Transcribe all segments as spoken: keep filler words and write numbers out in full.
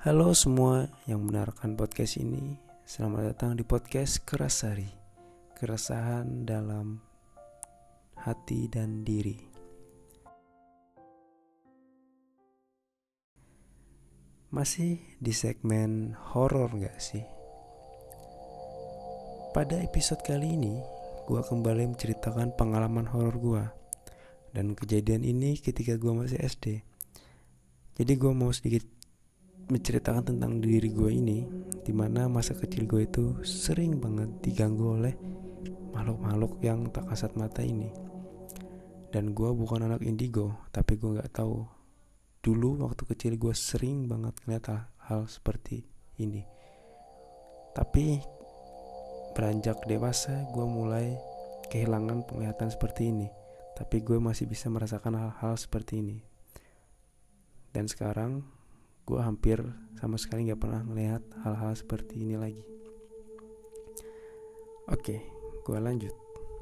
Halo semua yang mendengarkan podcast ini. Selamat datang di podcast Kerasari. Keresahan dalam hati dan diri. Masih di segmen horor gak sih? Pada episode kali ini, gue kembali menceritakan pengalaman horor gue. Dan kejadian ini ketika gue masih S D. Jadi gue mau sedikit menceritakan tentang diri gue ini, dimana masa kecil gue itu sering banget diganggu oleh makhluk-makhluk yang tak kasat mata ini. Dan gue bukan anak indigo, tapi gue gak tahu. Dulu waktu kecil gue sering banget ngeliat hal, hal seperti ini. Tapi beranjak dewasa gue mulai kehilangan penglihatan seperti ini. Tapi gue masih bisa merasakan hal-hal seperti ini. Dan sekarang gue hampir sama sekali gak pernah melihat hal-hal seperti ini lagi. Oke, gue lanjut.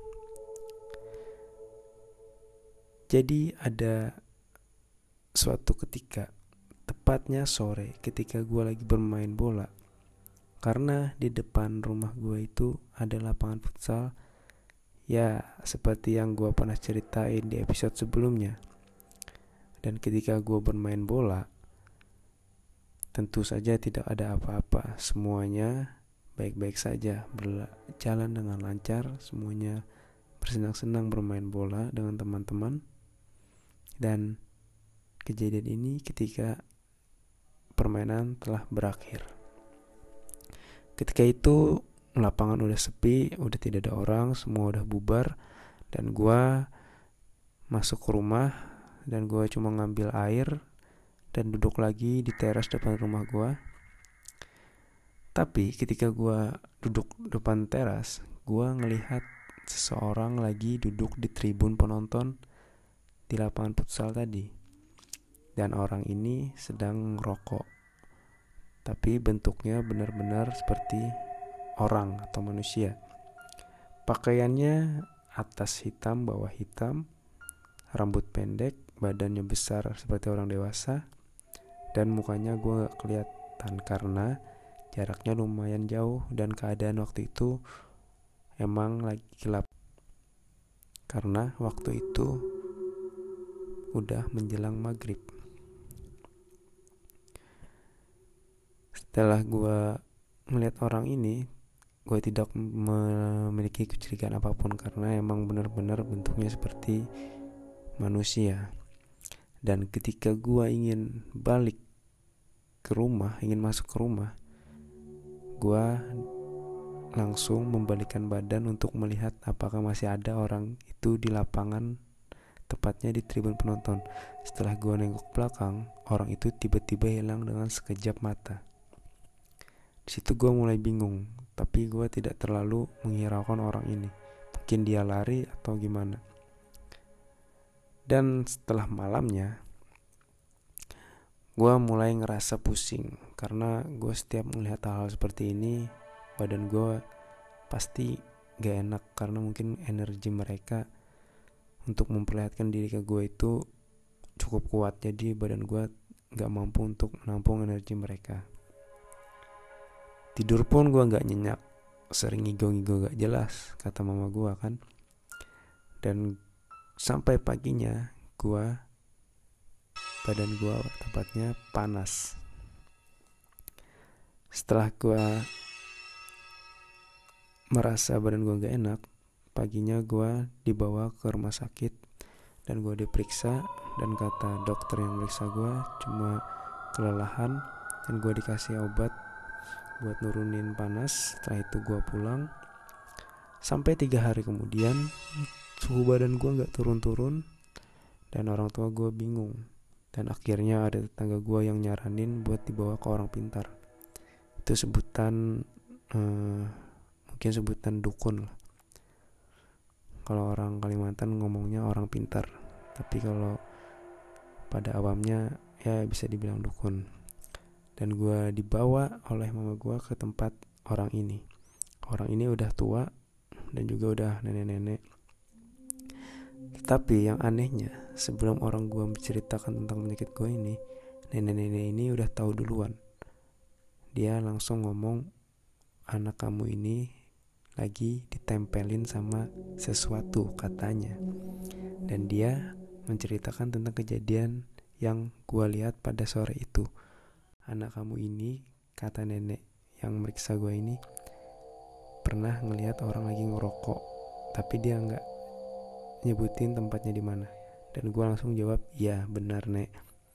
Jadi ada suatu ketika, tepatnya sore, ketika gue lagi bermain bola. Karena di depan rumah gue itu ada lapangan futsal. Ya, seperti yang gue pernah ceritain di episode sebelumnya. Dan ketika gue bermain bola, tentu saja tidak ada apa-apa. Semuanya baik-baik saja, berjalan dengan lancar. Semuanya bersenang-senang bermain bola dengan teman-teman. Dan kejadian ini ketika permainan telah berakhir. Ketika itu lapangan udah sepi, udah tidak ada orang, semua udah bubar. Dan gue masuk ke rumah dan gue cuma ngambil air dan duduk lagi di teras depan rumah gue. Tapi ketika gue duduk depan teras, gue ngelihat seseorang lagi duduk di tribun penonton di lapangan futsal tadi. Dan orang ini sedang ngerokok. Tapi bentuknya benar-benar seperti orang atau manusia. Pakaiannya atas hitam, bawah hitam, rambut pendek, badannya besar seperti orang dewasa. Dan mukanya gue gak kelihatan karena jaraknya lumayan jauh. Dan keadaan waktu itu emang lagi gelap, karena waktu itu udah menjelang maghrib. Setelah gue melihat orang ini, gue tidak memiliki kecurigaan apapun karena emang benar-benar bentuknya seperti manusia. Dan ketika gue ingin balik ke rumah, ingin masuk ke rumah, gue langsung membalikkan badan untuk melihat apakah masih ada orang itu di lapangan, tepatnya di tribun penonton. Setelah gue nengok belakang, orang itu tiba-tiba hilang dengan sekejap mata. Di situ gue mulai bingung, tapi gue tidak terlalu menghiraukan orang ini. Mungkin dia lari atau gimana. Dan setelah malamnya, gue mulai ngerasa pusing. Karena gue setiap melihat hal-hal seperti ini, badan gue pasti gak enak. Karena mungkin energi mereka untuk memperlihatkan diri ke gue itu cukup kuat. Jadi badan gue gak mampu untuk menampung energi mereka. Tidur pun gue gak nyenyak, sering ngigo-ngigo gak jelas, kata mama gue kan. Dan sampai paginya gue, badan gue tepatnya panas. Setelah gue merasa badan gue gak enak, paginya gue dibawa ke rumah sakit dan gue diperiksa. Dan kata dokter yang meriksa gue cuma kelelahan, dan gue dikasih obat buat nurunin panas. Setelah itu gue pulang. Sampai tiga hari kemudian suhu badan gue gak turun-turun. Dan orang tua gue bingung. Dan akhirnya ada tetangga gue yang nyaranin buat dibawa ke orang pintar. Itu sebutan eh, mungkin sebutan dukun lah. Kalau orang Kalimantan ngomongnya orang pintar, tapi kalau pada awamnya ya bisa dibilang dukun. Dan gue dibawa oleh mama gue ke tempat orang ini. Orang ini udah tua dan juga udah nenek-nenek. Tetapi yang anehnya, sebelum orang gue menceritakan tentang penyakit gue ini, nenek-nenek ini udah tahu duluan. dia langsung ngomong, anak kamu ini lagi ditempelin sama sesuatu katanya. Dan dia menceritakan tentang kejadian yang gue lihat pada sore itu. Anak kamu ini, kata nenek yang meriksa gue ini, pernah ngelihat orang lagi ngerokok, tapi dia nggak nyebutin tempatnya di mana. Dan gue langsung jawab, iya benar nek.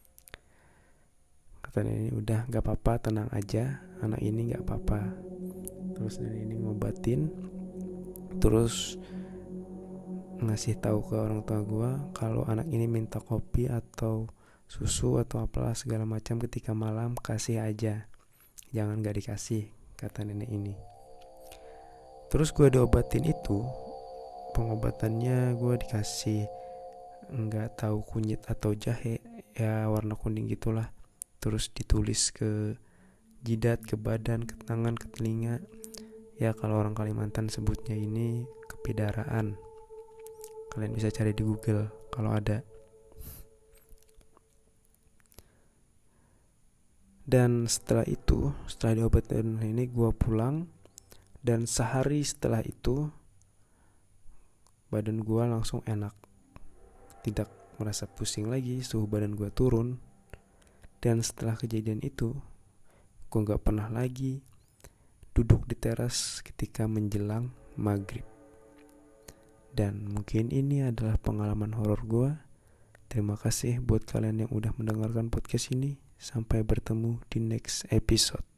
Kata nenek, udah nggak apa-apa, tenang aja, anak ini nggak apa-apa. Terus nenek ini ngobatin, terus ngasih tahu ke orang tua gue kalau anak ini minta kopi atau susu atau apalah segala macam ketika malam, kasih aja, jangan gak dikasih, kata nenek ini. Terus gue diobatin itu, pengobatannya gue dikasih nggak tahu kunyit atau jahe, ya warna kuning gitulah. Terus ditulis ke jidat, ke badan, ke tangan, ke telinga. Ya kalau orang Kalimantan sebutnya ini kepidaraan. Kalian bisa cari di Google kalau ada. Dan setelah itu, setelah diobatin ini, gue pulang. Dan sehari setelah itu, badan gue langsung enak. Tidak merasa pusing lagi, suhu badan gue turun. Dan setelah kejadian itu, gue gak pernah lagi duduk di teras ketika menjelang maghrib. Dan mungkin ini adalah pengalaman horor gue. Terima kasih buat kalian yang udah mendengarkan podcast ini. Sampai bertemu di next episode.